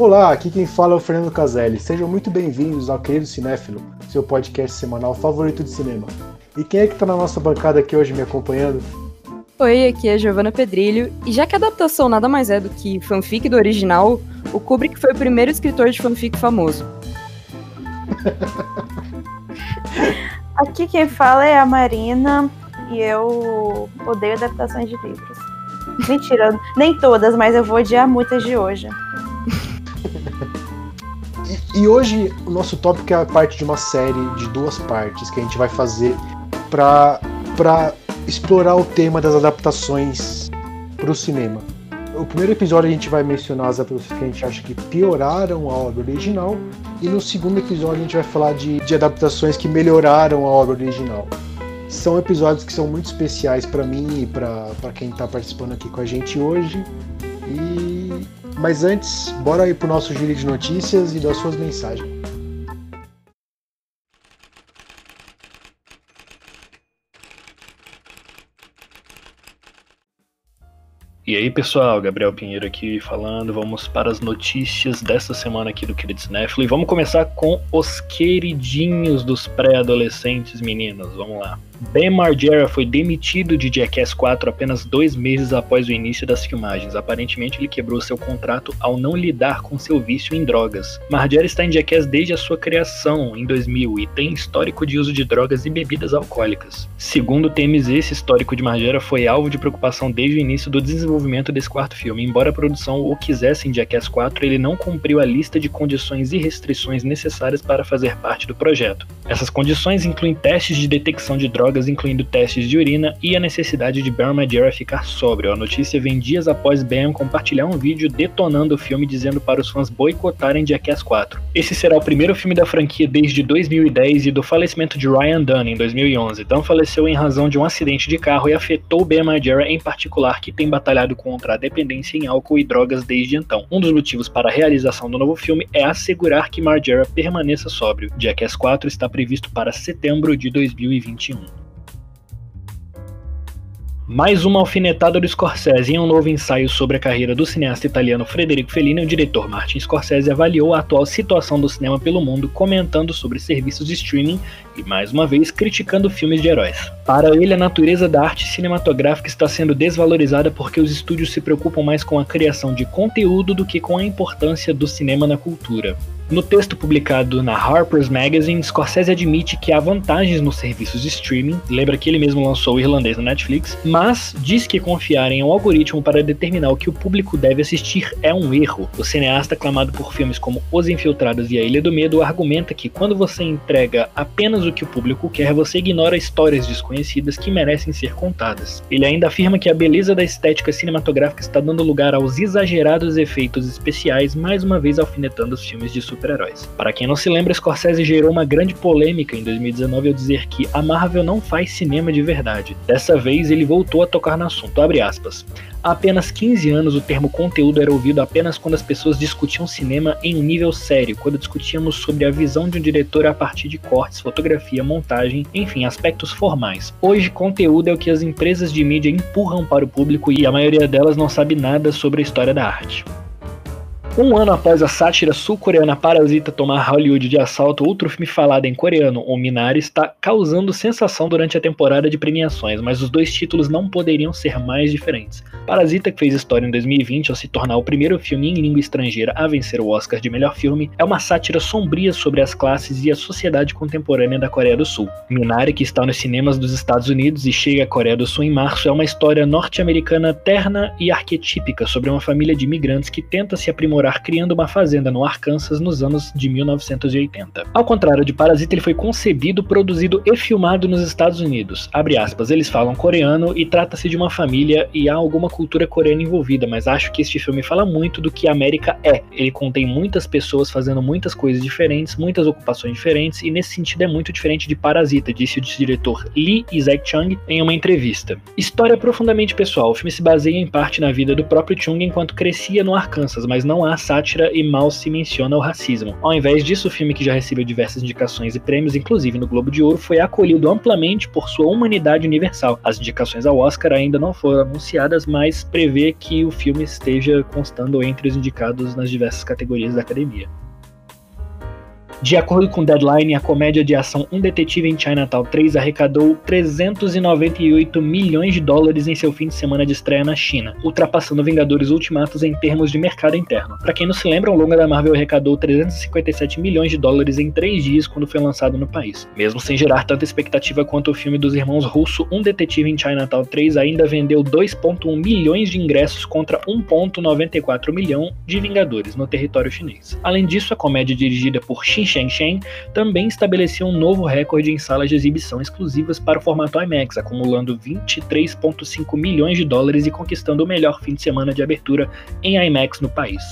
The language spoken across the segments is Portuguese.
Olá, aqui quem fala é o Fernando Caselli. Sejam muito bem-vindos ao Querido Cinéfilo, seu podcast semanal favorito de cinema. E quem é que tá na nossa bancada aqui hoje me acompanhando? Oi, aqui é Giovana Pedrilho, e já que a adaptação nada mais é do que fanfic do original, o Kubrick foi o primeiro escritor de fanfic famoso. Aqui quem fala é a Marina, e eu odeio adaptações de livros. Mentira, nem todas, mas eu vou odiar muitas de hoje. E hoje o nosso tópico é a parte de uma série de 2 partes que a gente vai fazer pra explorar o tema das adaptações pro cinema. O primeiro episódio a gente vai mencionar as adaptações que a gente acha que pioraram a obra original, e no segundo episódio a gente vai falar de adaptações que melhoraram a obra original. São episódios que são muito especiais pra mim e pra quem tá participando aqui com a gente hoje. Mas antes, bora aí pro nosso giro de notícias e das suas mensagens. E aí pessoal, Gabriel Pinheiro aqui falando, vamos para as notícias dessa semana aqui do Querido Cinéfilo e vamos começar com os queridinhos dos pré-adolescentes meninos, vamos lá. Bam Margera foi demitido de Jackass 4 apenas 2 meses após o início das filmagens. Aparentemente ele quebrou seu contrato ao não lidar com seu vício em drogas. Margera está em Jackass desde a sua criação, em 2000, e tem histórico de uso de drogas e bebidas alcoólicas. Segundo o TMZ, esse histórico de Margera foi alvo de preocupação desde o início do desenvolvimento desse 4º filme. Embora a produção o quisesse em Jackass 4, ele não cumpriu a lista de condições e restrições necessárias para fazer parte do projeto. Essas condições incluem testes de detecção de drogas, incluindo testes de urina e a necessidade de Bam Margera ficar sóbrio. A notícia vem dias após Bam compartilhar um vídeo detonando o filme, dizendo para os fãs boicotarem Jackass 4. Esse será o primeiro filme da franquia desde 2010 e do falecimento de Ryan Dunn em 2011. Dunn faleceu em razão de um acidente de carro e afetou Bam Margera em particular, que tem batalhado contra a dependência em álcool e drogas desde então. Um dos motivos para a realização do novo filme é assegurar que Margera permaneça sóbrio. Jackass 4 está previsto para setembro de 2021. Mais uma alfinetada do Scorsese. Em um novo ensaio sobre a carreira do cineasta italiano Federico Fellini, o diretor Martin Scorsese avaliou a atual situação do cinema pelo mundo, comentando sobre serviços de streaming e, mais uma vez, criticando filmes de heróis. Para ele, a natureza da arte cinematográfica está sendo desvalorizada porque os estúdios se preocupam mais com a criação de conteúdo do que com a importância do cinema na cultura. No texto publicado na Harper's Magazine, Scorsese admite que há vantagens nos serviços de streaming, lembra que ele mesmo lançou o irlandês na Netflix, mas diz que confiar em um algoritmo para determinar o que o público deve assistir é um erro. O cineasta, aclamado por filmes como Os Infiltrados e A Ilha do Medo, argumenta que quando você entrega apenas o que o público quer, você ignora histórias desconhecidas que merecem ser contadas. Ele ainda afirma que a beleza da estética cinematográfica está dando lugar aos exagerados efeitos especiais, mais uma vez alfinetando os filmes de super-heróis. Para quem não se lembra, Scorsese gerou uma grande polêmica em 2019 ao dizer que a Marvel não faz cinema de verdade. Dessa vez ele voltou a tocar no assunto, abre aspas. Há apenas 15 anos o termo conteúdo era ouvido apenas quando as pessoas discutiam cinema em um nível sério, quando discutíamos sobre a visão de um diretor a partir de cortes, fotografia, montagem, enfim, aspectos formais. Hoje, conteúdo é o que as empresas de mídia empurram para o público e a maioria delas não sabe nada sobre a história da arte. Um ano após a sátira sul-coreana Parasita tomar Hollywood de assalto, outro filme falado em coreano, O Minari, está causando sensação durante a temporada de premiações, mas os 2 títulos não poderiam ser mais diferentes. Parasita, que fez história em 2020 ao se tornar o primeiro filme em língua estrangeira a vencer o Oscar de melhor filme, é uma sátira sombria sobre as classes e a sociedade contemporânea da Coreia do Sul. Minari, que está nos cinemas dos Estados Unidos e chega à Coreia do Sul em março, é uma história norte-americana terna e arquetípica sobre uma família de imigrantes que tenta se aprimorar criando uma fazenda no Arkansas nos anos de 1980. Ao contrário de Parasita, ele foi concebido, produzido e filmado nos Estados Unidos. Abre aspas, eles falam coreano e trata-se de uma família e há alguma cultura coreana envolvida, mas acho que este filme fala muito do que a América é. Ele contém muitas pessoas fazendo muitas coisas diferentes, muitas ocupações diferentes, e nesse sentido é muito diferente de Parasita, disse o diretor Lee Isaac-chung em uma entrevista. História profundamente pessoal. O filme se baseia em parte na vida do próprio Chung enquanto crescia no Arkansas, mas não há há sátira e mal se menciona o racismo. Ao invés disso, o filme, que já recebeu diversas indicações e prêmios, inclusive no Globo de Ouro, foi acolhido amplamente por sua humanidade universal. As indicações ao Oscar ainda não foram anunciadas, mas prevê que o filme esteja constando entre os indicados nas diversas categorias da academia. De acordo com Deadline, a comédia de ação Um Detetive em Chinatown 3 arrecadou 398 milhões de dólares em seu fim de semana de estreia na China, ultrapassando Vingadores Ultimatos em termos de mercado interno. Para quem não se lembra, o longa da Marvel arrecadou 357 milhões de dólares em 3 dias quando foi lançado no país. Mesmo sem gerar tanta expectativa quanto o filme dos irmãos Russo, Um Detetive em Chinatown 3 ainda vendeu 2,1 milhões de ingressos contra 1,94 milhão de Vingadores no território chinês. Além disso, a comédia dirigida por Xin Sheng também estabeleceu um novo recorde em salas de exibição exclusivas para o formato IMAX, acumulando 23,5 milhões de dólares e conquistando o melhor fim de semana de abertura em IMAX no país.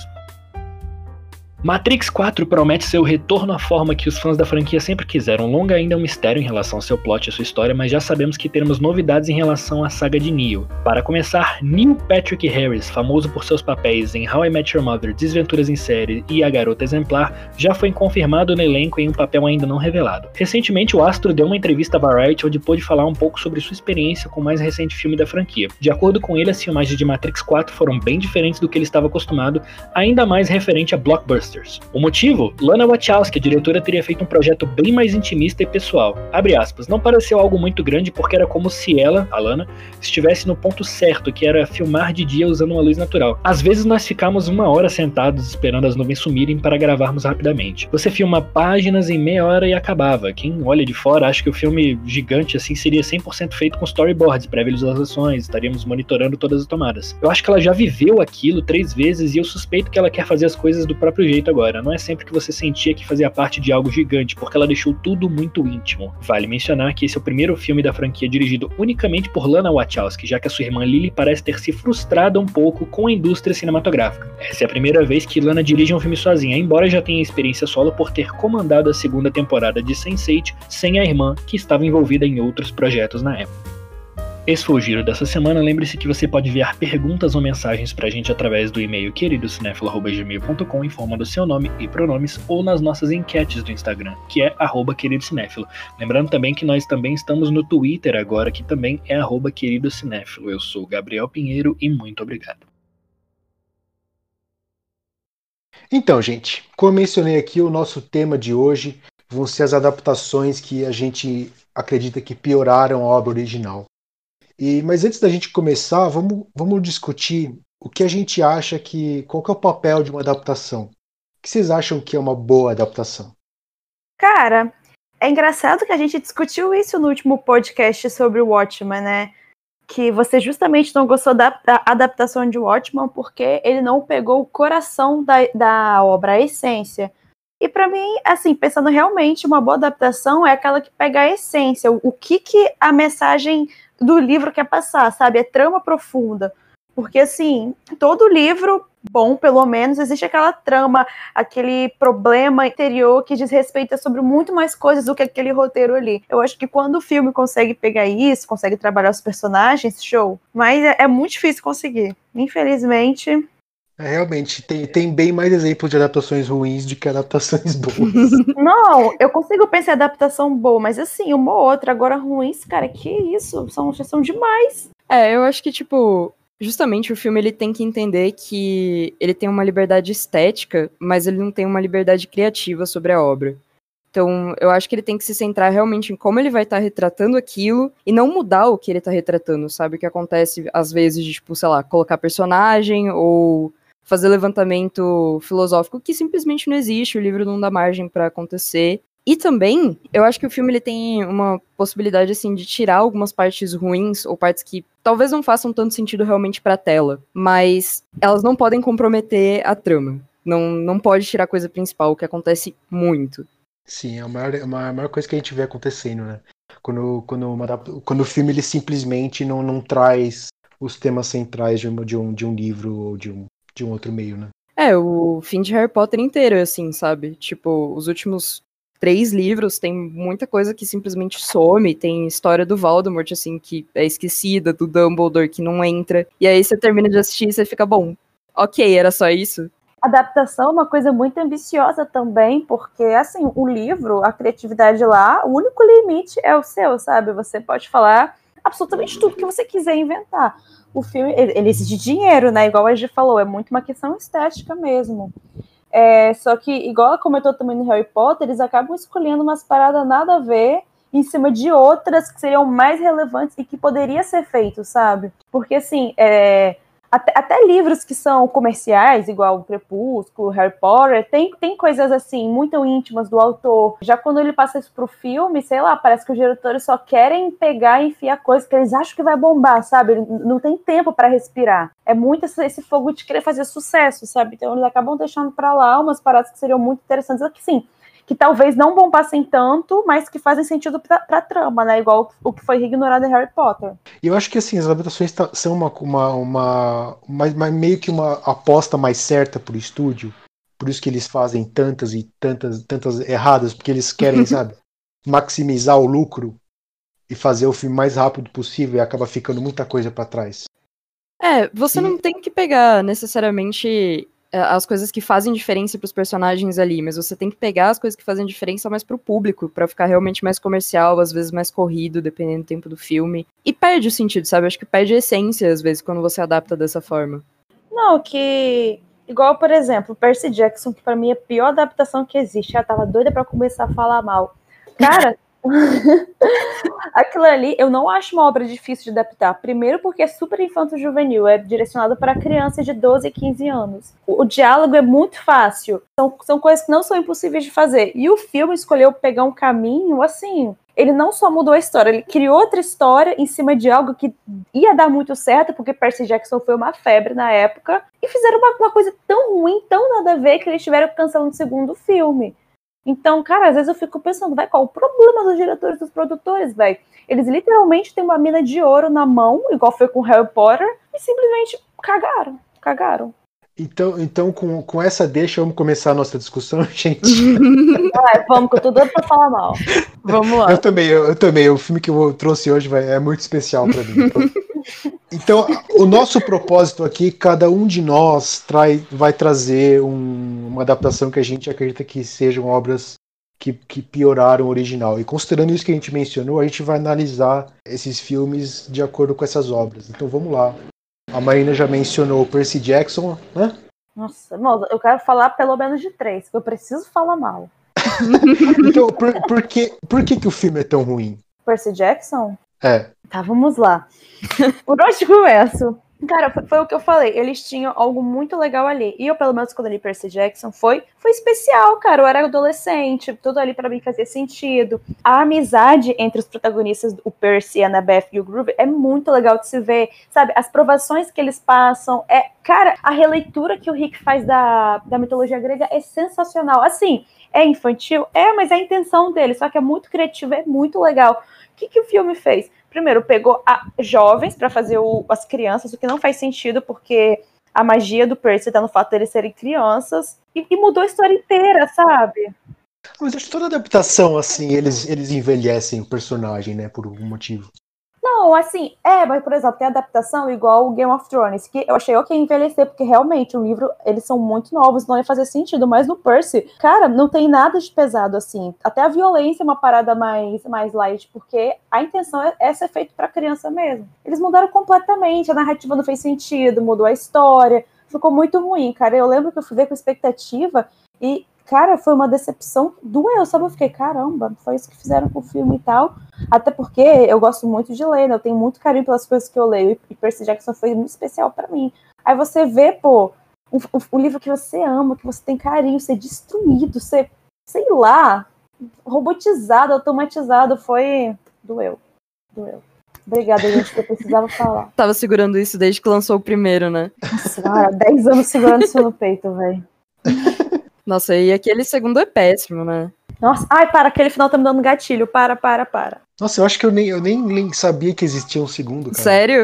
Matrix 4 promete ser o retorno à forma que os fãs da franquia sempre quiseram. O longa ainda é um mistério em relação ao seu plot e à sua história, mas já sabemos que teremos novidades em relação à saga de Neo. Para começar, Neil Patrick Harris, famoso por seus papéis em How I Met Your Mother, Desventuras em Série e A Garota Exemplar, já foi confirmado no elenco em um papel ainda não revelado. Recentemente, o astro deu uma entrevista à Variety onde pôde falar um pouco sobre sua experiência com o mais recente filme da franquia. De acordo com ele, as filmagens de Matrix 4 foram bem diferentes do que ele estava acostumado, ainda mais referente a blockbusters. O motivo? Lana Wachowski, a diretora, teria feito um projeto bem mais intimista e pessoal. Abre aspas, não pareceu algo muito grande porque era como se ela, a Lana, estivesse no ponto certo, que era filmar de dia usando uma luz natural. Às vezes nós ficamos 1 hora sentados esperando as nuvens sumirem para gravarmos rapidamente. Você filma páginas em meia hora e acabava. Quem olha de fora acha que o filme gigante assim seria 100% feito com storyboards, pré-visualizações, estaríamos monitorando todas as tomadas. Eu acho que ela já viveu aquilo 3 vezes e eu suspeito que ela quer fazer as coisas do próprio jeito agora. Não é sempre que você sentia que fazia parte de algo gigante, porque ela deixou tudo muito íntimo. Vale mencionar que esse é o primeiro filme da franquia dirigido unicamente por Lana Wachowski, já que a sua irmã Lily parece ter se frustrado um pouco com a indústria cinematográfica. Essa é a primeira vez que Lana dirige um filme sozinha, embora já tenha experiência solo por ter comandado a 2ª temporada de Sense8 sem a irmã, que estava envolvida em outros projetos na época. Esse foi o Giro dessa semana. Lembre-se que você pode enviar perguntas ou mensagens pra gente através do e-mail queridocinéfilo@gmail.com, informando seu nome e pronomes, ou nas nossas enquetes do Instagram, que é @queridocinéfilo. Lembrando também que nós também estamos no Twitter agora, que também é @queridocinéfilo. Eu sou Gabriel Pinheiro e muito obrigado. Então, gente, como eu mencionei aqui, o nosso tema de hoje vão ser as adaptações que a gente acredita que pioraram a obra original. Mas antes da gente começar, vamos discutir o que a gente acha qual que é o papel de uma adaptação. O que vocês acham que é uma boa adaptação? Cara, é engraçado que a gente discutiu isso no último podcast sobre o Watchmen, né? Que você justamente não gostou da adaptação de Watchmen porque ele não pegou o coração da obra, a essência. E pra mim, assim, pensando realmente, uma boa adaptação é aquela que pega a essência, o que a mensagem do livro quer passar, sabe? É trama profunda. Porque, assim, todo livro, bom, pelo menos, existe aquela trama, aquele problema interior que diz respeito sobre muito mais coisas do que aquele roteiro ali. Eu acho que quando o filme consegue pegar isso, consegue trabalhar os personagens, show. Mas é muito difícil conseguir. Infelizmente... Realmente, tem bem mais exemplos de adaptações ruins do que adaptações boas. Não, eu consigo pensar em adaptação boa, mas assim, uma ou outra, agora ruins, cara, que isso? São demais. Eu acho que, justamente o filme ele tem que entender que ele tem uma liberdade estética, mas ele não tem uma liberdade criativa sobre a obra. Então, eu acho que ele tem que se centrar realmente em como ele vai estar retratando aquilo e não mudar o que ele tá retratando, sabe? O que acontece, às vezes, de, colocar personagem ou fazer levantamento filosófico que simplesmente não existe, o livro não dá margem pra acontecer. E também, eu acho que o filme ele tem uma possibilidade, assim, de tirar algumas partes ruins, ou partes que talvez não façam tanto sentido realmente pra tela, mas elas não podem comprometer a trama. Não pode tirar a coisa principal, o que acontece muito. Sim, é a maior coisa que a gente vê acontecendo, né? Quando o filme ele simplesmente não traz os temas centrais de um livro ou de um outro meio, né? O fim de Harry Potter inteiro, assim, sabe? Os últimos 3 livros tem muita coisa que simplesmente some, tem história do Voldemort, assim, que é esquecida, do Dumbledore que não entra, e aí você termina de assistir e você fica, bom, ok, era só isso? adaptação é uma coisa muito ambiciosa também, porque, assim, o livro, a criatividade lá, o único limite é o seu, sabe? Você pode falar absolutamente tudo que você quiser inventar. O filme, ele exige dinheiro, né? Igual a gente falou, é muito uma questão estética mesmo. Só que, igual ela comentou também no Harry Potter, eles acabam escolhendo umas paradas nada a ver em cima de outras que seriam mais relevantes e que poderia ser feito, sabe? Porque, assim, até livros que são comerciais, igual o Crepúsculo, Harry Potter, tem coisas, assim, muito íntimas do autor. Já quando ele passa isso pro filme, sei lá, parece que os diretores só querem pegar e enfiar coisas que eles acham que vai bombar, sabe? Não tem tempo para respirar. É muito esse fogo de querer fazer sucesso, sabe? Então eles acabam deixando pra lá umas paradas que seriam muito interessantes, que sim, que talvez não bombassem tanto, mas que fazem sentido pra trama, né? Igual o que foi ignorado em Harry Potter. E eu acho que assim, as adaptações são meio que uma aposta mais certa pro estúdio. Por isso que eles fazem tantas e tantas erradas, porque eles querem, sabe, maximizar o lucro e fazer o filme mais rápido possível e acaba ficando muita coisa pra trás. Você não tem que pegar necessariamente as coisas que fazem diferença pros personagens ali, mas você tem que pegar as coisas que fazem diferença mais pro público, pra ficar realmente mais comercial, às vezes mais corrido, dependendo do tempo do filme. E perde o sentido, sabe? Acho que perde a essência, às vezes, quando você adapta dessa forma. Não, que... Igual, por exemplo, Percy Jackson, que pra mim é a pior adaptação que existe. Eu tava doida pra começar a falar mal. Cara... Aquilo ali, eu não acho uma obra difícil de adaptar. Primeiro porque é super infanto-juvenil, é direcionado para crianças de 12 e 15 anos. O diálogo é muito fácil, são coisas que não são impossíveis de fazer. E o filme escolheu pegar um caminho, assim... Ele não só mudou a história, ele criou outra história em cima de algo que ia dar muito certo, porque Percy Jackson foi uma febre na época, e fizeram uma coisa tão ruim, tão nada a ver, que eles tiveram que cancelar um segundo filme. Então, cara, às vezes eu fico pensando, qual o problema dos diretores, dos produtores, velho? Eles literalmente têm uma mina de ouro na mão, igual foi com Harry Potter, e simplesmente cagaram. Então com essa deixa, vamos começar a nossa discussão, gente. Vamos, que eu tô doido pra falar mal. Vamos lá. Eu também. O filme que eu trouxe hoje é muito especial pra mim. Então, o nosso propósito aqui, cada um de nós vai trazer uma adaptação que a gente acredita que sejam obras que pioraram o original. E considerando isso que a gente mencionou, a gente vai analisar esses filmes de acordo com essas obras. Então vamos lá. A Marina já mencionou Percy Jackson, né? Nossa, não, eu quero falar pelo menos de 3, porque eu preciso falar mal. Então, por que o filme é tão ruim? Percy Jackson? É. Tá, vamos lá. Por onde começo? Cara, foi o que eu falei. Eles tinham algo muito legal ali. E eu, pelo menos, quando eu li Percy Jackson, foi especial, cara. Eu era adolescente, tudo ali pra mim fazia sentido. A amizade entre os protagonistas, o Percy, a Annabeth e o Groove, é muito legal de se ver. Sabe, as provações que eles passam. Cara, a releitura que o Rick faz da mitologia grega é sensacional. Assim, é infantil? Mas é a intenção dele. Só que é muito criativo, é muito legal. O que o filme fez? Primeiro, pegou jovens para fazer as crianças, o que não faz sentido, porque a magia do Percy tá no fato deles serem crianças, e mudou a história inteira, sabe? Mas acho que toda adaptação, assim, eles envelhecem o personagem, né, por algum motivo. Não, assim, mas, por exemplo, tem adaptação igual o Game of Thrones, que eu achei ok envelhecer, porque realmente o livro, eles são muito novos, não ia fazer sentido, mas no Percy, cara, não tem nada de pesado, assim, até a violência é uma parada mais light, porque a intenção é ser feito pra criança mesmo. Eles mudaram completamente, a narrativa não fez sentido, mudou a história, ficou muito ruim, cara, eu lembro que eu fui ver com expectativa, e cara, foi uma decepção, doeu, sabe? Eu fiquei, caramba, foi isso que fizeram com o filme e tal. Até porque eu gosto muito de ler, né? Eu tenho muito carinho pelas coisas que eu leio, e Percy Jackson foi muito especial pra mim. Aí você vê, o livro que você ama, que você tem carinho, ser destruído, ser, sei lá, robotizado, automatizado, doeu. Obrigada, gente, que eu precisava falar. Tava segurando isso desde que lançou o primeiro, né? Nossa, cara, 10 anos segurando isso no peito, velho. Nossa, e aquele segundo é péssimo, né? Nossa, aquele final tá me dando gatilho. Para. Nossa, eu acho que eu nem sabia que existia um segundo, cara. Sério?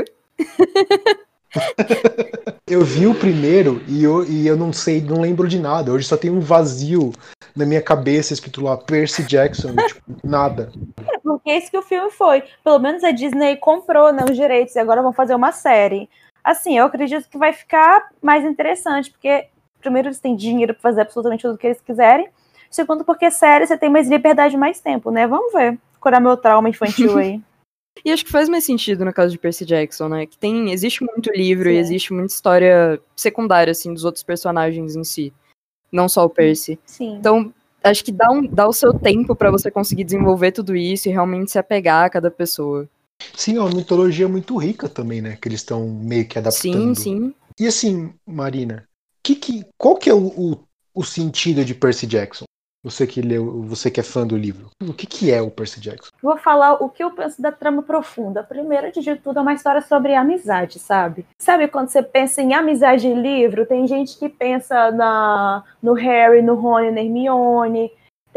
Eu vi o primeiro e eu não lembro de nada. Hoje só tem um vazio na minha cabeça escrito lá Percy Jackson, tipo, nada. Porque é isso que o filme foi. Pelo menos a Disney comprou, né, os direitos e agora vão fazer uma série. Assim, eu acredito que vai ficar mais interessante, porque primeiro, eles têm dinheiro pra fazer absolutamente tudo o que eles quiserem. Segundo, porque série você tem mais liberdade e mais tempo, né? Vamos ver. Curar meu trauma infantil aí. E acho que faz mais sentido no caso de Percy Jackson, né? Que existe muito livro Sim. e existe muita história secundária, assim, dos outros personagens em si. Não só o Percy. Sim. Então, acho que dá o seu tempo pra você conseguir desenvolver tudo isso e realmente se apegar a cada pessoa. Sim, é uma mitologia muito rica também, né? Que eles estão meio que adaptando. Sim. E assim, Marina, qual que é o sentido de Percy Jackson? Você que leu, você que é fã do livro. O que é o Percy Jackson? Vou falar o que eu penso da trama profunda. Primeiro de tudo, é uma história sobre amizade, sabe? Sabe quando você pensa em amizade em livro? Tem gente que pensa no Harry, no Rony, na Hermione.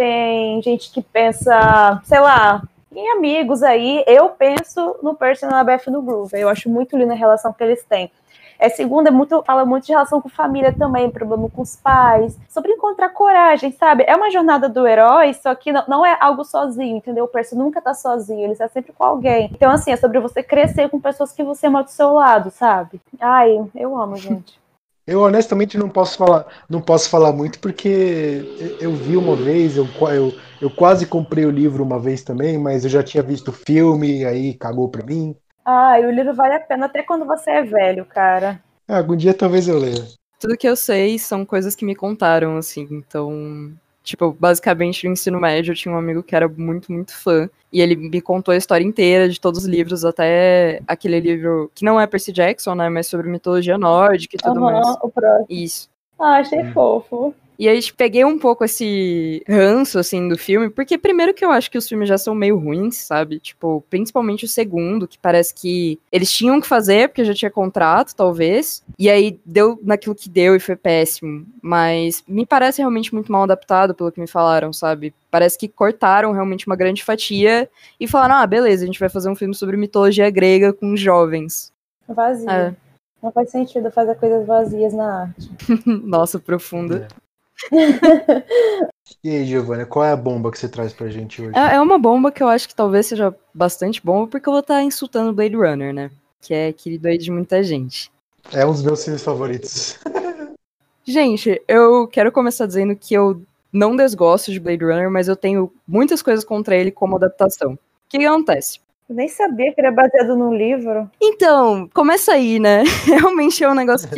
Tem gente que pensa, sei lá, em amigos aí. Eu penso no Percy, na Beth e no Groove. Eu acho muito linda a relação que eles têm. Segunda, fala muito de relação com família também, problema com os pais, sobre encontrar coragem, sabe? É uma jornada do herói, só que não é algo sozinho, entendeu? O Percy nunca tá sozinho, ele está sempre com alguém. Então, assim, é sobre você crescer com pessoas que você ama do seu lado, sabe? Ai, eu amo, gente. Eu honestamente não posso falar muito porque eu vi uma vez, eu quase comprei o livro uma vez também, mas eu já tinha visto o filme, aí cagou pra mim. Ai, o livro vale a pena até quando você é velho, cara. Algum dia talvez eu leia. Tudo que eu sei são coisas que me contaram, assim, então... Tipo, basicamente, no ensino médio, eu tinha um amigo que era muito, muito fã. E ele me contou a história inteira de todos os livros, até aquele livro, que não é Percy Jackson, né? Mas sobre mitologia nórdica e tudo mais. O próximo. Isso. Ah, achei fofo. E aí, peguei um pouco esse ranço, assim, do filme, porque primeiro que eu acho que os filmes já são meio ruins, sabe? Tipo, principalmente o segundo, que parece que eles tinham que fazer, porque já tinha contrato, talvez, e aí deu naquilo que deu e foi péssimo. Mas me parece realmente muito mal adaptado, pelo que me falaram, sabe? Parece que cortaram realmente uma grande fatia e falaram, beleza, a gente vai fazer um filme sobre mitologia grega com jovens. Vazio. Não faz sentido fazer coisas vazias na arte. Nossa, profunda. E aí, Giovana, qual é a bomba que você traz pra gente hoje? É uma bomba que eu acho que talvez seja bastante bomba, porque eu vou estar insultando Blade Runner, né? Que é querido aí de muita gente. É um dos meus filmes favoritos. Gente, eu quero começar dizendo que eu não desgosto de Blade Runner, mas eu tenho muitas coisas contra ele como adaptação. O que acontece? Eu nem sabia que era baseado num livro. Então, começa aí, né? Realmente é um negócio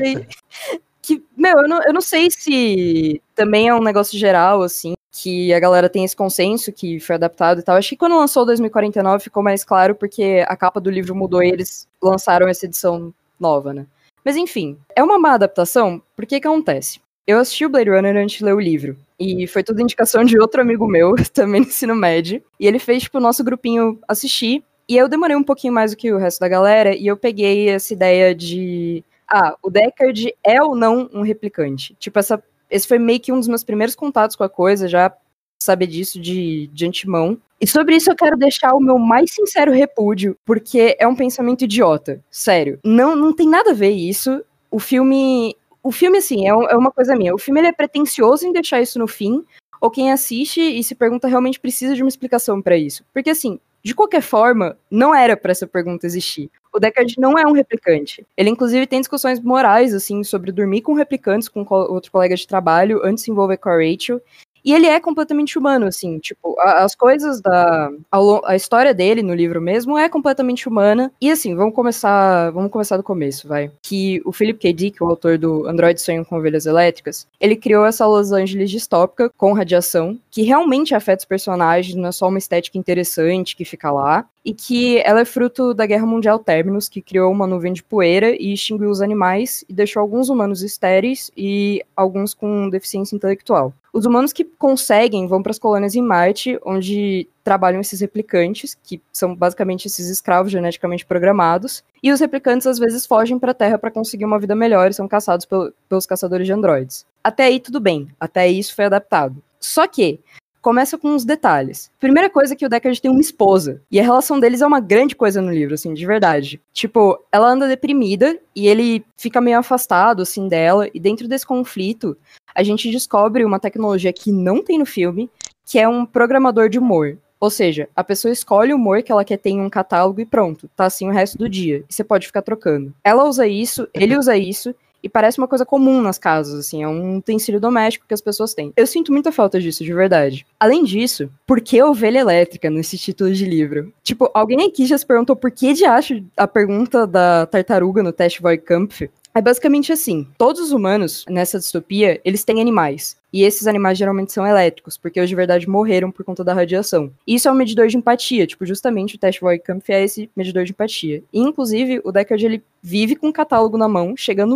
meu, eu não sei se também é um negócio geral, assim, que a galera tem esse consenso que foi adaptado e tal. Acho que quando lançou 2049 ficou mais claro, porque a capa do livro mudou e eles lançaram essa edição nova, né? Mas enfim, é uma má adaptação, porque que acontece? Eu assisti o Blade Runner antes de ler o livro, e foi tudo indicação de outro amigo meu, também no ensino médio, e ele fez, tipo, o nosso grupinho assistir, e eu demorei um pouquinho mais do que o resto da galera, e eu peguei essa ideia de... o Deckard é ou não um replicante? Tipo, esse foi meio que um dos meus primeiros contatos com a coisa, já saber disso de antemão. E sobre isso eu quero deixar o meu mais sincero repúdio, porque é um pensamento idiota. Sério. Não tem nada a ver isso. O filme, assim, é uma coisa minha. O filme ele é pretencioso em deixar isso no fim, ou quem assiste e se pergunta realmente precisa de uma explicação pra isso. Porque, assim, de qualquer forma, não era pra essa pergunta existir. O Deckard não é um replicante. Ele, inclusive, tem discussões morais, assim, sobre dormir com replicantes, com outro colega de trabalho, antes de se envolver com a Rachel. E ele é completamente humano, assim, tipo, as coisas a história dele no livro mesmo é completamente humana. E assim, vamos começar do começo, vai. Que o Philip K. Dick, o autor do Android Sonham com Ovelhas Elétricas, ele criou essa Los Angeles distópica com radiação, que realmente afeta os personagens, não é só uma estética interessante que fica lá. E que ela é fruto da Guerra Mundial Terminus, que criou uma nuvem de poeira e extinguiu os animais e deixou alguns humanos estéreis e alguns com deficiência intelectual. Os humanos que conseguem vão para as colônias em Marte, onde trabalham esses replicantes, que são basicamente esses escravos geneticamente programados, e os replicantes às vezes fogem para a Terra para conseguir uma vida melhor e são caçados pelos caçadores de androides. Até aí tudo bem, até aí isso foi adaptado. Só que começa com uns detalhes. Primeira coisa é que o Deckard tem uma esposa. E a relação deles é uma grande coisa no livro, assim, de verdade. Tipo, ela anda deprimida e ele fica meio afastado, assim, dela. E dentro desse conflito, a gente descobre uma tecnologia que não tem no filme, que é um programador de humor. Ou seja, a pessoa escolhe o humor que ela quer ter em um catálogo e pronto. Tá assim o resto do dia. E você pode ficar trocando. Ela usa isso, ele usa isso. E parece uma coisa comum nas casas, assim, é um utensílio doméstico que as pessoas têm. Eu sinto muita falta disso, de verdade. Além disso, por que ovelha elétrica nesse título de livro? Tipo, alguém aqui já se perguntou por que de acho a pergunta da tartaruga no teste Voigt-Kampff? É basicamente assim, todos os humanos, nessa distopia, eles têm animais. E esses animais geralmente são elétricos, porque eles de verdade morreram por conta da radiação. E isso é um medidor de empatia, tipo, justamente o teste Voigt-Kampff é esse medidor de empatia. E, inclusive, o Deckard, ele vive com um catálogo na mão, checando,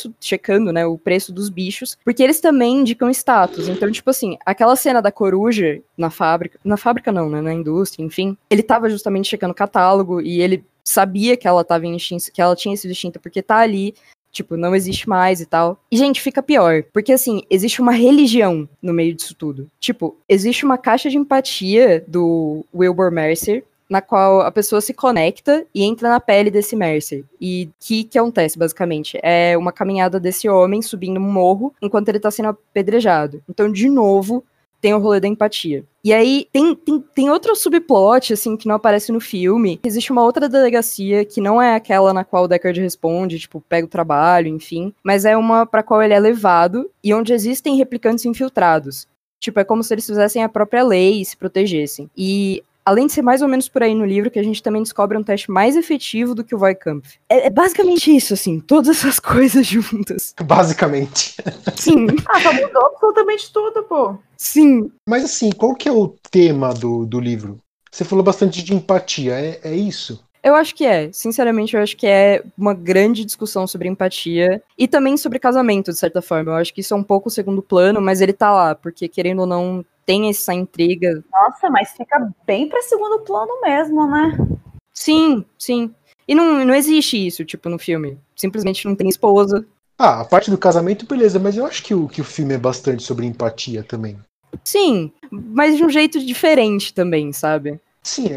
né, o preço dos bichos, porque eles também indicam status. Então, tipo assim, aquela cena da coruja na fábrica não, né, na indústria, enfim, ele tava justamente checando o catálogo e ele sabia que ela tava em extinção, que ela tinha sido extinta porque tá ali, tipo, não existe mais e tal. E, gente, fica pior. Porque, assim, existe uma religião no meio disso tudo. Tipo, existe uma caixa de empatia do Wilbur Mercer, na qual a pessoa se conecta e entra na pele desse Mercer. E o que acontece, basicamente? É uma caminhada desse homem subindo um morro enquanto ele tá sendo apedrejado. Então, de novo, tem o rolê da empatia. E aí, tem outro subplot, assim, que não aparece no filme. Existe uma outra delegacia, que não é aquela na qual o Deckard responde, tipo, pega o trabalho, enfim. Mas é uma pra qual ele é levado e onde existem replicantes infiltrados. Tipo, é como se eles fizessem a própria lei e se protegessem. E, além de ser mais ou menos por aí no livro, que a gente também descobre um teste mais efetivo do que o Voigt-Kampff. É basicamente isso, assim, todas essas coisas juntas. Basicamente. Sim. Só mudou absolutamente tudo, pô. Sim. Mas assim, qual que é o tema do livro? Você falou bastante de empatia, é isso? Eu acho que é. Sinceramente, eu acho que é uma grande discussão sobre empatia. E também sobre casamento, de certa forma. Eu acho que isso é um pouco o segundo plano, mas ele tá lá, porque, querendo ou não, tem essa intriga. Nossa, mas fica bem pra segundo plano mesmo, né? Sim, sim. E não existe isso, tipo, no filme. Simplesmente não tem esposa. Ah, a parte do casamento, beleza, mas eu acho que o filme é bastante sobre empatia também. Sim, mas de um jeito diferente também, sabe? Sim,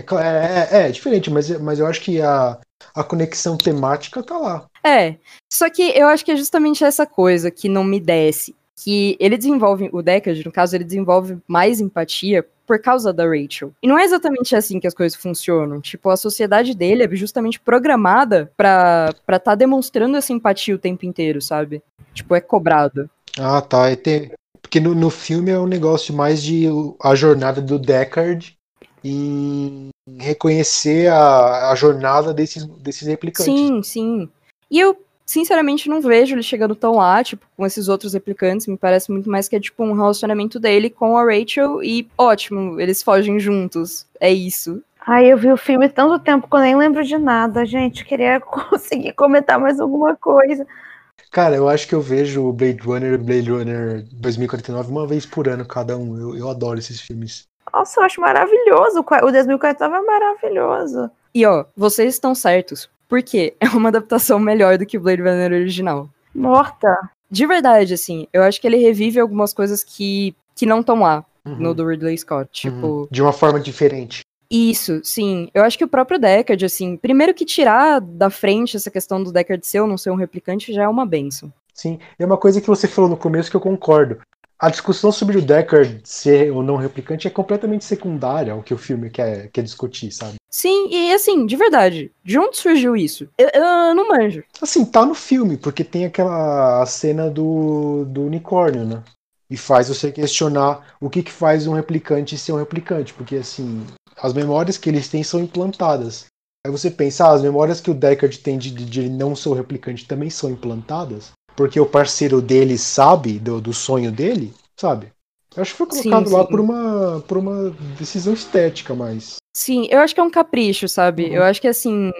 é diferente, mas eu acho que a conexão temática tá lá. É, só que eu acho que é justamente essa coisa que não me desce. Que ele desenvolve, o Deckard, no caso, ele desenvolve mais empatia por causa da Rachel. E não é exatamente assim que as coisas funcionam. Tipo, a sociedade dele é justamente programada pra tá demonstrando essa empatia o tempo inteiro, sabe? Tipo, é cobrado. Ah, tá. Porque no filme é um negócio mais de a jornada do Deckard e reconhecer a jornada desses replicantes. Sim, sim. E eu, sinceramente, não vejo ele chegando tão lá, tipo, com esses outros replicantes. Me parece muito mais que é, tipo, um relacionamento dele com a Rachel e, ótimo, eles fogem juntos. É isso. Ai, eu vi o filme tanto tempo que eu nem lembro de nada, gente. Queria conseguir comentar mais alguma coisa. Cara, eu acho que eu vejo o Blade Runner e o Blade Runner 2049 uma vez por ano cada um. Eu adoro esses filmes. Nossa, eu acho maravilhoso. O 2049 é maravilhoso. E, ó, vocês estão certos. Por quê? É uma adaptação melhor do que o Blade Runner original. Morta. De verdade, assim, eu acho que ele revive algumas coisas que não estão lá no do Ridley Scott. Tipo. De uma forma diferente. Isso, sim. Eu acho que o próprio Deckard, assim, primeiro que tirar da frente essa questão do Deckard ser ou não ser um replicante já é uma bênção. Sim, é uma coisa que você falou no começo que eu concordo. A discussão sobre o Deckard ser ou não replicante é completamente secundária ao que o filme quer discutir, sabe? Sim, e assim, de verdade, de onde surgiu isso? Eu não manjo. Assim, tá no filme, porque tem aquela cena do unicórnio, né? E faz você questionar o que faz um replicante ser um replicante, porque assim, as memórias que eles têm são implantadas. Aí você pensa, as memórias que o Deckard tem de ele não ser o replicante também são implantadas? Porque o parceiro dele sabe do sonho dele, sabe? Eu acho que foi colocado lá por uma decisão estética, mas... Sim, eu acho que é um capricho, sabe? Eu acho que assim,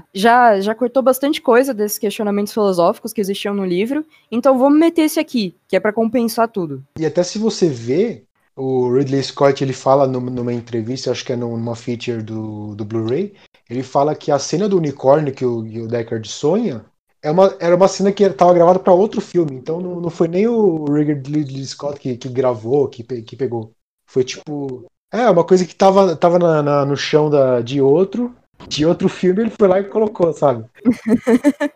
já cortou bastante coisa desses questionamentos filosóficos que existiam no livro, então vamos meter esse aqui, que é pra compensar tudo. E até se você vê, o Ridley Scott, ele fala numa entrevista, acho que é numa feature do Blu-ray, ele fala que a cena do unicórnio que o Deckard sonha era uma cena que estava gravada para outro filme, então não foi nem o Ridley Scott que gravou, que pegou. Foi tipo... uma coisa que tava no chão de outro filme, ele foi lá e colocou, sabe?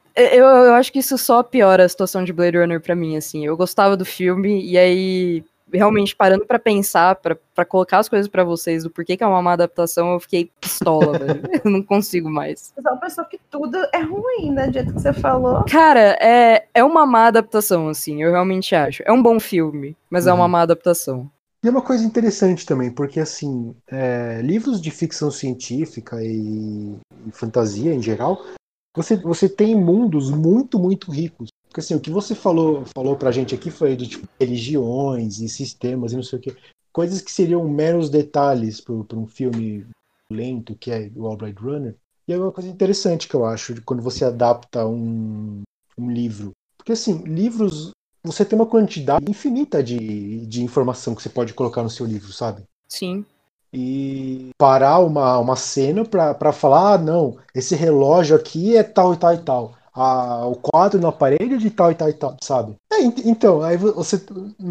Eu acho que isso só piora a situação de Blade Runner pra mim, assim. Eu gostava do filme, e aí realmente parando pra pensar, pra colocar as coisas pra vocês do porquê que é uma má adaptação, eu fiquei pistola, velho. Eu não consigo mais. Você é uma pessoa que tudo é ruim, né? Do jeito que você falou. Cara, é uma má adaptação, assim, eu realmente acho. É um bom filme, mas é uma má adaptação. E é uma coisa interessante também, porque assim, livros de ficção científica e fantasia em geral, você tem mundos muito, muito ricos. Porque assim, o que você falou pra gente aqui foi de tipo, religiões e sistemas e não sei o quê. Coisas que seriam meros detalhes para um filme lento, que é o Blade Runner. E é uma coisa interessante que eu acho, de quando você adapta um livro. Porque assim, livros, você tem uma quantidade infinita de informação que você pode colocar no seu livro, sabe? Sim. E parar uma cena pra falar, não, esse relógio aqui é tal e tal e tal. O quadro na parede é de tal e tal e tal, sabe? Então, aí você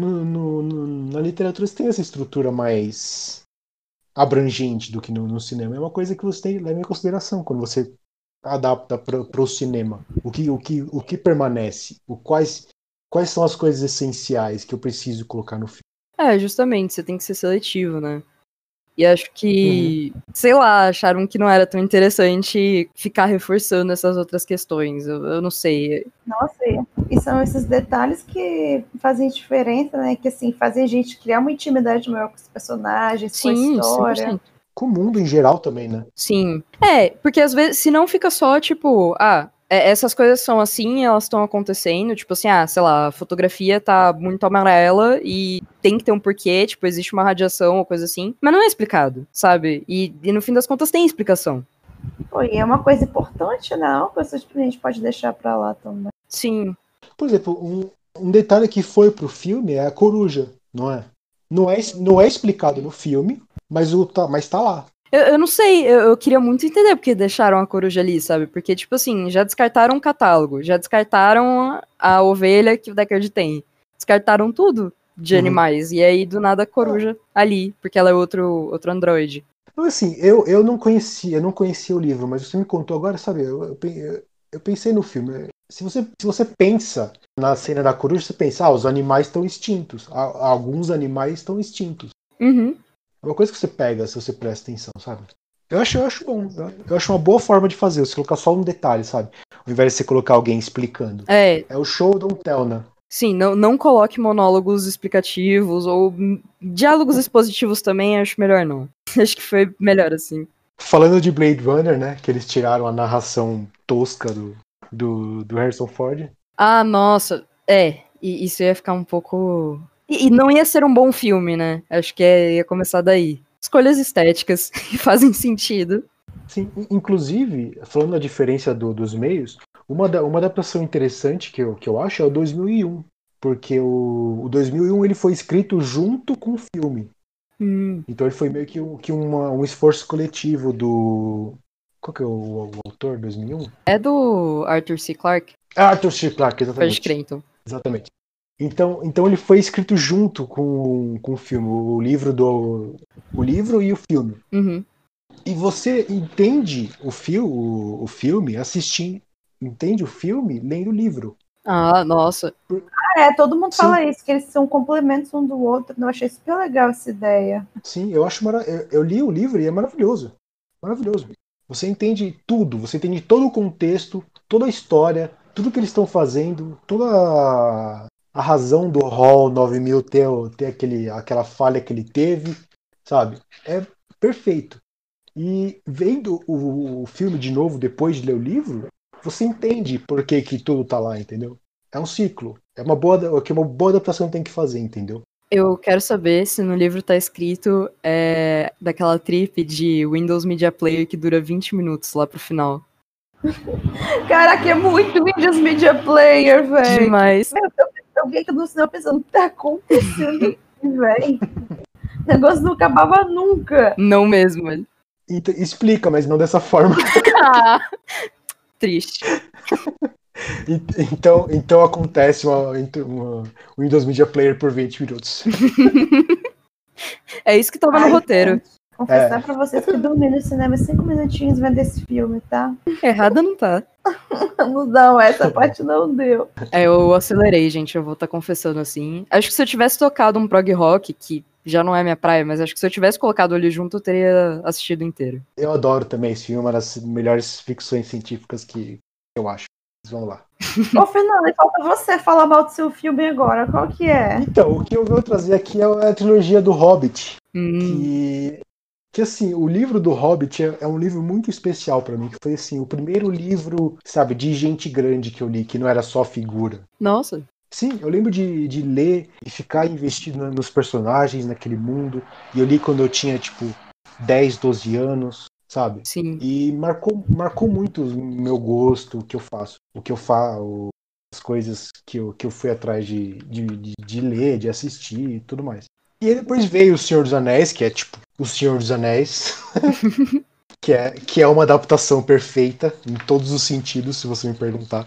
na literatura você tem essa estrutura mais abrangente do que no cinema. É uma coisa que você tem leva em consideração quando você adapta para o cinema. O que permanece? Quais são as coisas essenciais que eu preciso colocar no filme? Justamente, você tem que ser seletivo, né? E acho que, sei lá, acharam que não era tão interessante ficar reforçando essas outras questões. Eu não sei. Nossa, e são esses detalhes que fazem diferença, né? Que assim, fazem a gente criar uma intimidade maior com os personagens, com a história. 100%. Com o mundo em geral também, né? Sim. Porque às vezes, se não fica só, tipo, essas coisas são assim, elas estão acontecendo, tipo assim, sei lá, a fotografia tá muito amarela e tem que ter um porquê, tipo, existe uma radiação ou coisa assim, mas não é explicado, sabe? E no fim das contas tem explicação. Pô, e é uma coisa importante, não? Que a gente pode deixar pra lá também. Sim. Por exemplo, um detalhe que foi pro filme é a coruja, não é? Não é explicado no filme, mas tá lá. Eu não sei, eu queria muito entender porque deixaram a coruja ali, sabe? Porque, tipo assim, já descartaram o catálogo, já descartaram a ovelha que o Deckard tem, descartaram tudo de animais, e aí do nada a coruja ali, porque ela é outro androide. Então, assim, eu não conhecia o livro, mas você me contou agora, sabe? Eu pensei no filme. Se você pensa na cena da coruja, você pensa, os animais estão extintos. Alguns animais estão extintos. Uhum. É uma coisa que você pega se você presta atenção, sabe? Eu acho bom. Eu acho uma boa forma de fazer, você colocar só um detalhe, sabe? Ao invés de você colocar alguém explicando. É o show don't tell, né? Sim, não coloque monólogos explicativos ou diálogos expositivos também, acho melhor não. Acho que foi melhor assim. Falando de Blade Runner, né? Que eles tiraram a narração tosca do Harrison Ford. Nossa, e isso ia ficar um pouco... E não ia ser um bom filme, né? Acho que ia começar daí. Escolhas estéticas que fazem sentido. Sim, inclusive, falando da diferença dos meios, uma adaptação interessante que eu acho é o 2001. Porque o 2001 ele foi escrito junto com o filme. Então ele foi meio que um esforço coletivo do... Qual que é o autor, 2001? É do Arthur C. Clarke? Arthur C. Clarke, exatamente. Pode crer, então. Exatamente. Então ele foi escrito junto com o filme, o livro e o filme. Uhum. E você entende o filme assistindo, entende o filme lendo o livro. Nossa. Todo mundo fala isso, que eles são complementos um do outro. Eu achei super legal essa ideia. Sim, eu li o livro e é maravilhoso. Maravilhoso. Você entende tudo, você entende todo o contexto, toda a história, tudo que eles estão fazendo, toda a razão do Hall 9000 ter aquela falha que ele teve, sabe? É perfeito. E vendo o filme de novo depois de ler o livro, você entende por que tudo tá lá, entendeu? É um ciclo. É uma boa adaptação tem que fazer, entendeu? Eu quero saber se no livro tá escrito daquela trip de Windows Media Player que dura 20 minutos lá pro final. Caraca, é muito Windows Media Player, velho. Demais. Eu fiquei no cinema pensando, o que tá acontecendo aqui, velho? O negócio não acabava nunca. Não mesmo, velho. Explica, mas não dessa forma. Triste. Então acontece um Windows Media Player por 20 minutos. É isso que tava no roteiro. Gente, confessar pra vocês que dormi no cinema 5 minutinhos vendo esse filme, tá? Errada não tá. Não, essa parte não deu. Eu acelerei, gente, eu vou estar confessando assim. Acho que se eu tivesse tocado um prog rock, que já não é minha praia, mas acho que se eu tivesse colocado ele junto, eu teria assistido inteiro. Eu adoro também esse filme, uma das melhores ficções científicas que eu acho. Vamos lá. Ô, Fernanda, falta você falar mal do seu filme agora. Qual que é? Então, o que eu vou trazer aqui é a trilogia do Hobbit. Hum, Que assim, o livro do Hobbit é um livro muito especial pra mim, que foi assim, o primeiro livro, sabe, de gente grande que eu li, que não era só figura. Nossa, Sim, eu lembro de ler e ficar investido nos personagens, naquele mundo. E eu li quando eu tinha, tipo, 10, 12 anos, sabe? sim. E marcou muito o meu gosto, o que eu faço. O que eu faço, as coisas que eu fui atrás de ler, de assistir e tudo mais. E aí depois veio O Senhor dos Anéis, que é tipo O Senhor dos Anéis, que é uma adaptação perfeita em todos os sentidos, se você me perguntar.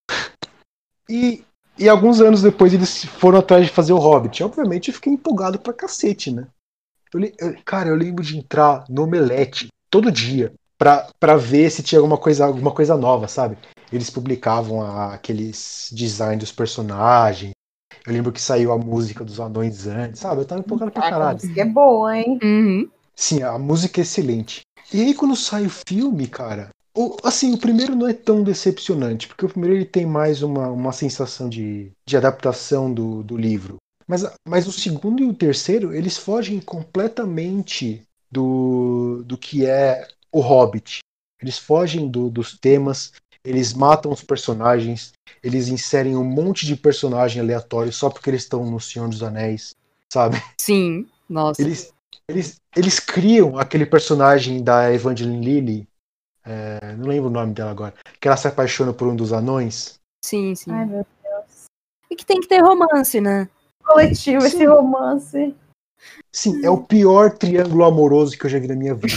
E alguns anos depois eles foram atrás de fazer o Hobbit. Obviamente eu fiquei empolgado pra cacete, né? Cara, eu lembro de entrar no Omelete todo dia pra ver se tinha alguma coisa nova, sabe? Eles publicavam aqueles designs dos personagens. Eu lembro que saiu a música dos anões antes, sabe? Eu tava empolgado pra A caralho. música é boa, hein? Uhum. Sim, a música é excelente. E aí quando sai o filme, cara, assim, o primeiro não é tão decepcionante, porque o primeiro ele tem mais uma sensação de adaptação do livro. Mas o segundo e o terceiro, eles fogem completamente do que é o Hobbit. Eles fogem dos temas, eles matam os personagens, eles inserem um monte de personagem aleatório só porque eles estão no Senhor dos Anéis, sabe? Sim, nossa. Eles criam aquele personagem da Evangeline Lilly, não lembro o nome dela agora, que ela se apaixona por um dos anões. Sim, sim. Ai, meu E que tem que ter romance, né? coletivo, esse Sim. romance. Sim, é o pior triângulo amoroso que eu já vi na minha vida.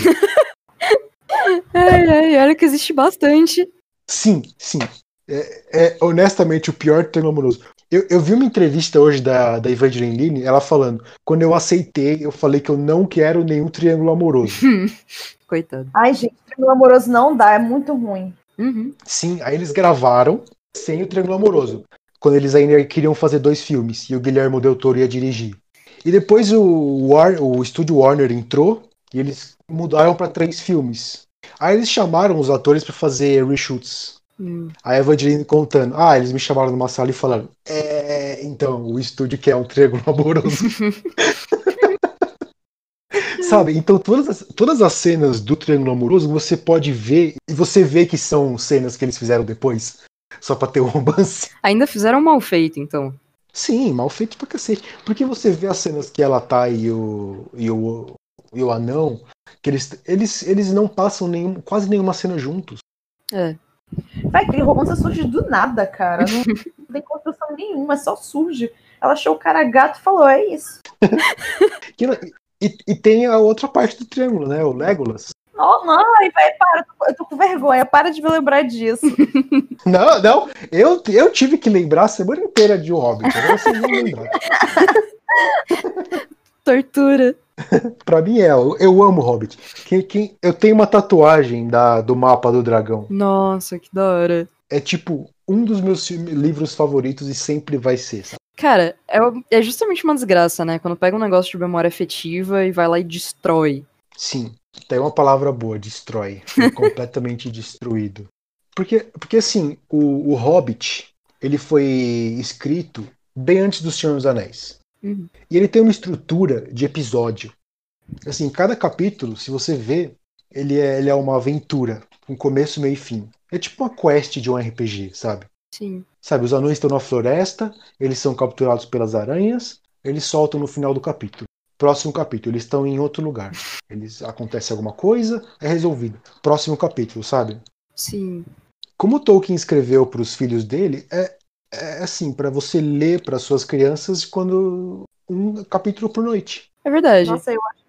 Olha que existe bastante. Sim. É honestamente o pior triângulo amoroso. Eu vi uma entrevista hoje da Evangeline Lilly, ela falando, quando eu aceitei, eu falei que eu não quero nenhum triângulo amoroso. Coitado. Ai, gente, triângulo amoroso não dá, é muito ruim. Uhum. Sim, aí eles gravaram sem o triângulo amoroso, quando eles ainda queriam fazer 2 filmes, e o Guillermo Del Toro ia dirigir. E depois o estúdio Warner entrou, e eles mudaram para 3 filmes. Aí eles chamaram os atores para fazer reshoots. A Evangeline contando, eles me chamaram numa sala e falaram, então, o estúdio quer um triângulo amoroso. Sabe, então todas as cenas do triângulo amoroso você pode ver, e você vê que são cenas que eles fizeram depois, só pra ter um romance. Ainda fizeram mal feito, então. Sim, mal feito pra cacete. Porque você vê as cenas que ela tá e o anão, que eles não passam quase nenhuma cena juntos. É. Vai, aquele romance surge do nada, cara. Não tem construção nenhuma, só surge. Ela achou o cara gato e falou, é isso. E tem a outra parte do triângulo, né? O Legolas. Não, vai, para, eu tô com vergonha, para de me lembrar disso. Não, eu tive que lembrar a semana inteira de O Hobbit, agora vocês vão lembrar. Tortura. Pra mim eu amo Hobbit. Eu tenho uma tatuagem do mapa do dragão. Nossa, que da hora. É tipo um dos meus livros favoritos e sempre vai ser, sabe? Cara, é justamente uma desgraça, né? Quando pega um negócio de memória afetiva e vai lá e destrói. Sim, tem uma palavra boa, destrói. Foi completamente destruído. Porque assim, o Hobbit, ele foi escrito bem antes do Senhor dos Anéis. Uhum. E ele tem uma estrutura de episódio. Assim, cada capítulo, se você vê, ele é uma aventura, com começo, meio e fim. É tipo uma quest de um RPG, sabe? Sim. Sabe, os anões estão na floresta, eles são capturados pelas aranhas, eles soltam no final do capítulo. Próximo capítulo, eles estão em outro lugar. Acontece alguma coisa, é resolvido. Próximo capítulo, sabe? Sim. Como Tolkien escreveu para os filhos dele, é assim, para você ler para suas crianças quando um capítulo por noite. É verdade. Nossa, eu acho que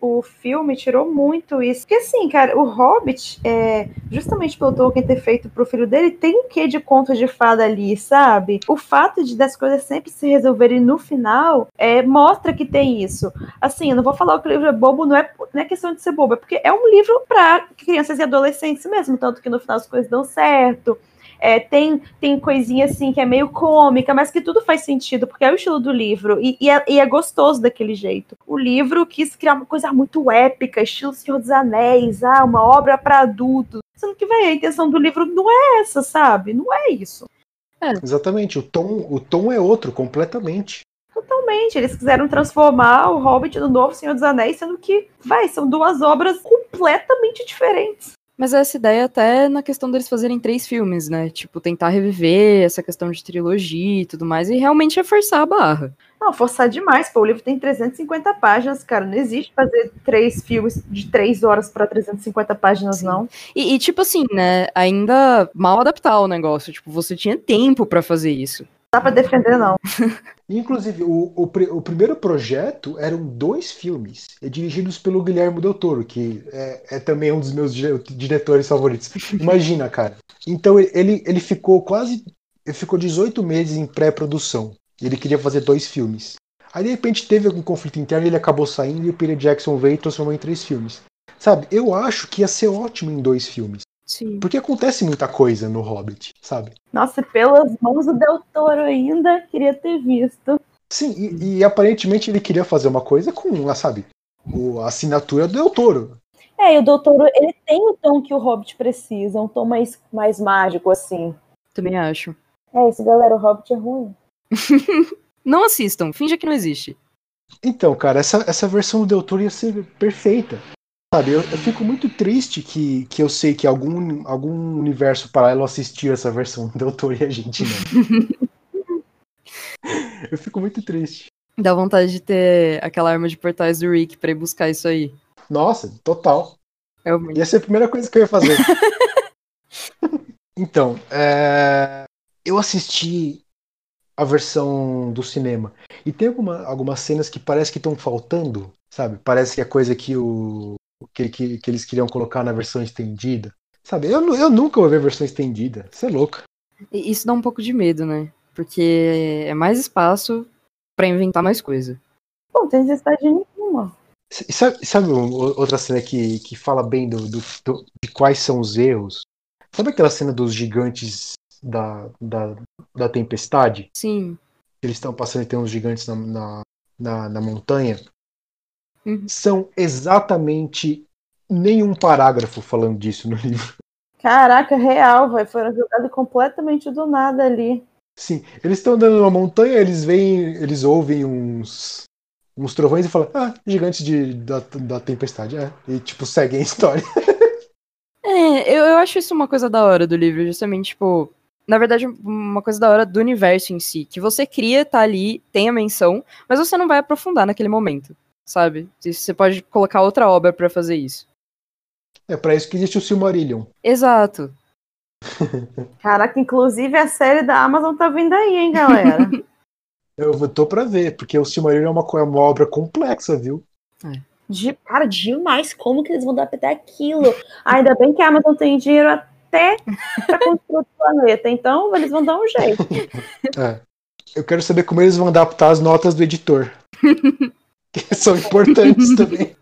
o filme tirou muito isso. Porque assim, cara, o Hobbit, justamente pelo Tolkien ter feito pro filho dele, tem um quê de conto de fada ali, sabe? O fato de das coisas sempre se resolverem no final, mostra que tem isso. Assim, eu não vou falar que o livro é bobo, não é questão de ser bobo, é porque é um livro pra crianças e adolescentes mesmo, tanto que no final as coisas dão certo. Tem coisinha assim que é meio cômica, mas que tudo faz sentido, porque é o estilo do livro, e é gostoso daquele jeito. O livro quis criar uma coisa muito épica, estilo Senhor dos Anéis, uma obra para adultos. Sendo que, a intenção do livro não é essa, sabe? Não é isso. Exatamente, o tom é outro, completamente. Totalmente, eles quiseram transformar o Hobbit no novo Senhor dos Anéis, sendo que, são duas obras completamente diferentes. Mas essa ideia até na questão deles fazerem 3 filmes, né? Tipo, tentar reviver essa questão de trilogia e tudo mais, e realmente é forçar a barra. Não, forçar demais, pô. O livro tem 350 páginas, cara. Não existe fazer 3 filmes de 3 horas pra 350 páginas, sim, não. E tipo assim, né? Ainda mal adaptar o negócio. Tipo, você tinha tempo pra fazer isso. Não dá pra defender, não. Inclusive, o primeiro projeto eram 2 filmes, dirigidos pelo Guilherme Del Toro, que é também um dos meus diretores favoritos. Imagina, cara. Então ele ficou 18 meses em pré-produção. Ele queria fazer 2 filmes. Aí, de repente, teve algum conflito interno, ele acabou saindo e o Peter Jackson veio e transformou em 3 filmes. Sabe, eu acho que ia ser ótimo em 2 filmes. Sim. Porque acontece muita coisa no Hobbit, sabe? Nossa, pelas mãos do Del Toro ainda, queria ter visto. Sim, e aparentemente ele queria fazer uma coisa com, sabe, a assinatura do Del Toro. E o Del Toro, ele tem o tom que o Hobbit precisa, um tom mais mágico, assim. Também acho. Isso, galera, o Hobbit é ruim. Não assistam, finja que não existe. Então, cara, essa versão do Del Toro ia ser perfeita. Sabe, eu fico muito triste que eu sei que algum universo paralelo assistiu essa versão do Del Toro e a gente não. Eu fico muito triste. Dá vontade de ter aquela arma de portais do Rick pra ir buscar isso aí. Nossa, total. Realmente. Ia ser a primeira coisa que eu ia fazer. Então, eu assisti a versão do cinema. E tem algumas cenas que parece que estão faltando, sabe? Parece que é coisa que eles queriam colocar na versão estendida. Sabe, eu nunca vou ver a versão estendida. Você é louca. Isso dá um pouco de medo, né? Porque é mais espaço pra inventar mais coisa. Pô, não tem necessidade nenhuma. Sabe outra cena que fala bem de quais são os erros? Sabe aquela cena dos gigantes da tempestade? Sim. Eles estão passando e tem uns gigantes na montanha. Uhum. São exatamente nenhum parágrafo falando disso no livro. Caraca, real, velho. Foram jogados completamente do nada ali. Sim, eles estão andando numa montanha, eles ouvem uns trovões e falam, gigantes da tempestade, e tipo, seguem a história. Eu acho isso uma coisa da hora do livro, justamente, tipo, na verdade, uma coisa da hora do universo em si, que você cria, tá ali, tem a menção, mas você não vai aprofundar naquele momento, sabe? Você pode colocar outra obra pra fazer isso. É pra isso que existe o Silmarillion. Exato. Caraca, inclusive a série da Amazon tá vindo aí, hein, galera? Eu tô pra ver, porque o Silmarillion é uma obra complexa, viu? Cara, demais. Como que eles vão adaptar aquilo? Ainda bem que a Amazon tem dinheiro até pra construir o planeta, então eles vão dar um jeito. Eu quero saber como eles vão adaptar as notas do editor. Que são importantes também.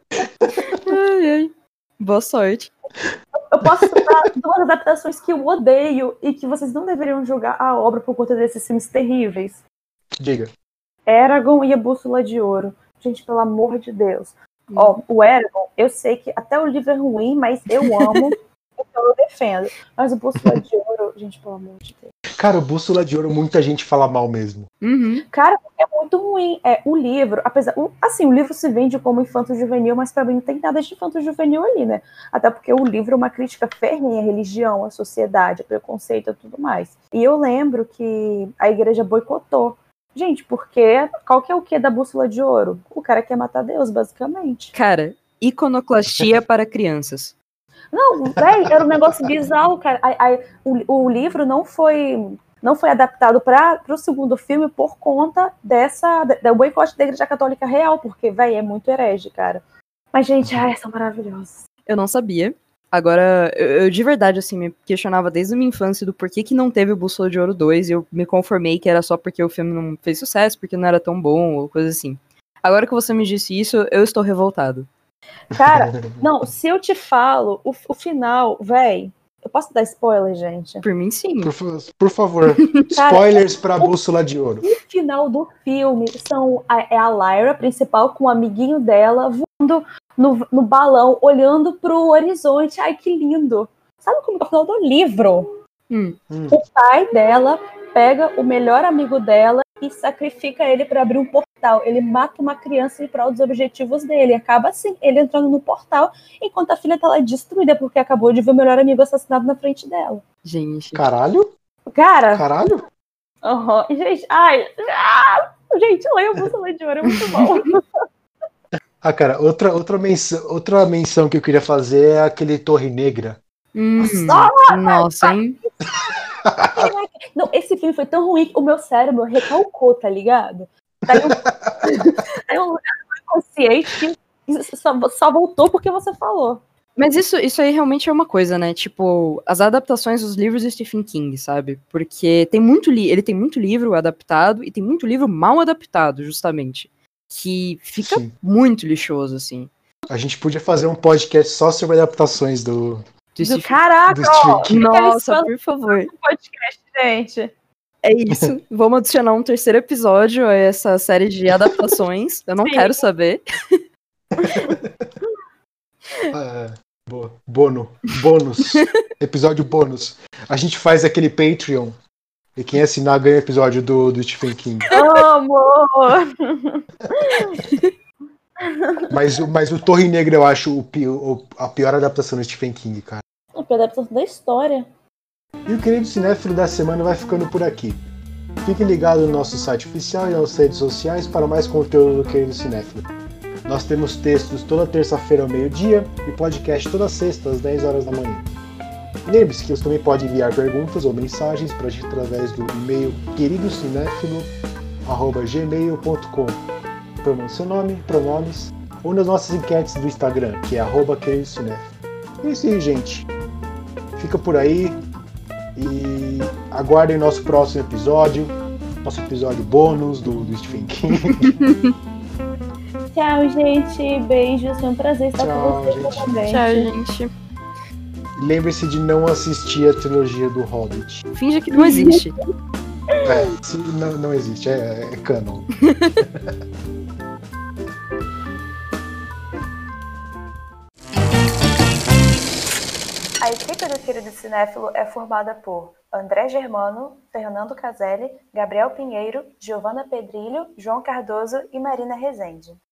Ai. Boa sorte. Eu posso citar 2 adaptações que eu odeio e que vocês não deveriam julgar a obra por conta desses filmes terríveis. Diga. Eragon e a Bússola de Ouro. Gente, pelo amor de Deus. O Eragon, eu sei que até o livro é ruim, mas eu amo, então eu defendo. Mas o Bússola de Ouro, gente, pelo amor de Deus. Cara, o Bússola de Ouro, muita gente fala mal mesmo. Uhum. Cara, é muito ruim. O livro, apesar... Assim, o livro se vende como infanto-juvenil, mas pra mim não tem nada de infanto-juvenil ali, né? Até porque o livro é uma crítica ferrenha à religião, à sociedade, ao preconceito e tudo mais. E eu lembro que a igreja boicotou. Gente, porque qual que é o quê da Bússola de Ouro? O cara quer matar Deus, basicamente. Cara, iconoclastia para crianças. Não, velho, era um negócio bizarro, cara. O livro não foi adaptado para o segundo filme por conta do boicote da Igreja Católica Real, porque, velho, é muito herege, cara. Mas, gente, são maravilhosos. Eu não sabia. Agora, eu de verdade, assim, me questionava desde a minha infância do porquê que não teve o Bússola de Ouro 2 e eu me conformei que era só porque o filme não fez sucesso, porque não era tão bom ou coisa assim. Agora que você me disse isso, eu estou revoltado. Cara, não, se eu te falo, o final, véi, eu posso dar spoiler, gente? Por mim, sim. Por favor, spoilers pra Bússola de Ouro. O final do filme é a Lyra, principal, com o amiguinho dela, voando no balão, olhando pro horizonte. Ai, que lindo. Sabe como é o final do livro? O pai dela pega o melhor amigo dela e sacrifica ele para abrir um portal. Ele mata uma criança em prol dos objetivos dele. Acaba assim, ele entrando no portal, enquanto a filha tá lá destruída, porque acabou de ver o melhor amigo assassinado na frente dela. Gente. Caralho? Cara... Caralho? Gente, leia o Bússola de Ouro, é muito bom. Cara, outra menção que eu queria fazer é aquele Torre Negra. Nossa, hein? Não, esse filme foi tão ruim que o meu cérebro recalcou, tá ligado? Aí um lugar inconsciente que só voltou porque você falou. Mas isso aí realmente é uma coisa, né? Tipo, as adaptações dos livros de Stephen King, sabe? Porque ele tem muito livro adaptado e tem muito livro mal adaptado, justamente. Que fica muito lixoso, assim. A gente podia fazer um podcast só sobre adaptações do Caraca, Stephen King. Nossa, por favor. Podcast, gente. É isso. Vamos adicionar um terceiro episódio a essa série de adaptações. Eu não quero saber. Bônus. Episódio bônus. A gente faz aquele Patreon. E quem assinar ganha episódio do Stephen King. Amor! Mas o Torre Negra eu acho a pior adaptação do Stephen King, cara. A pior adaptação da história. E o querido cinéfilo da semana vai ficando por aqui. Fique ligado no nosso site oficial e nas redes sociais para mais conteúdo do querido cinéfilo. Nós temos textos toda terça-feira ao meio-dia e podcast toda sexta às 10 horas da manhã. Lembre-se que você também pode enviar perguntas ou mensagens para a gente através do e-mail queridocinéfilo@gmail.com, informando seu nome, pronomes, ou nas nossas enquetes do Instagram, que é @queridocinéfilo. É isso aí, gente. Fica por aí e aguardem nosso próximo episódio, nosso episódio bônus do Stephen King. Tchau, gente. Beijos. Foi um prazer estar com vocês também. Tchau, gente. Lembre-se de não assistir a trilogia do Hobbit. Finge que não existe. Não existe, é canon. A equipe do Querido Cinéfilo é formada por André Germano, Fernando Caselli, Gabriel Pinheiro, Giovana Pedrilho, João Cardoso e Marina Rezende.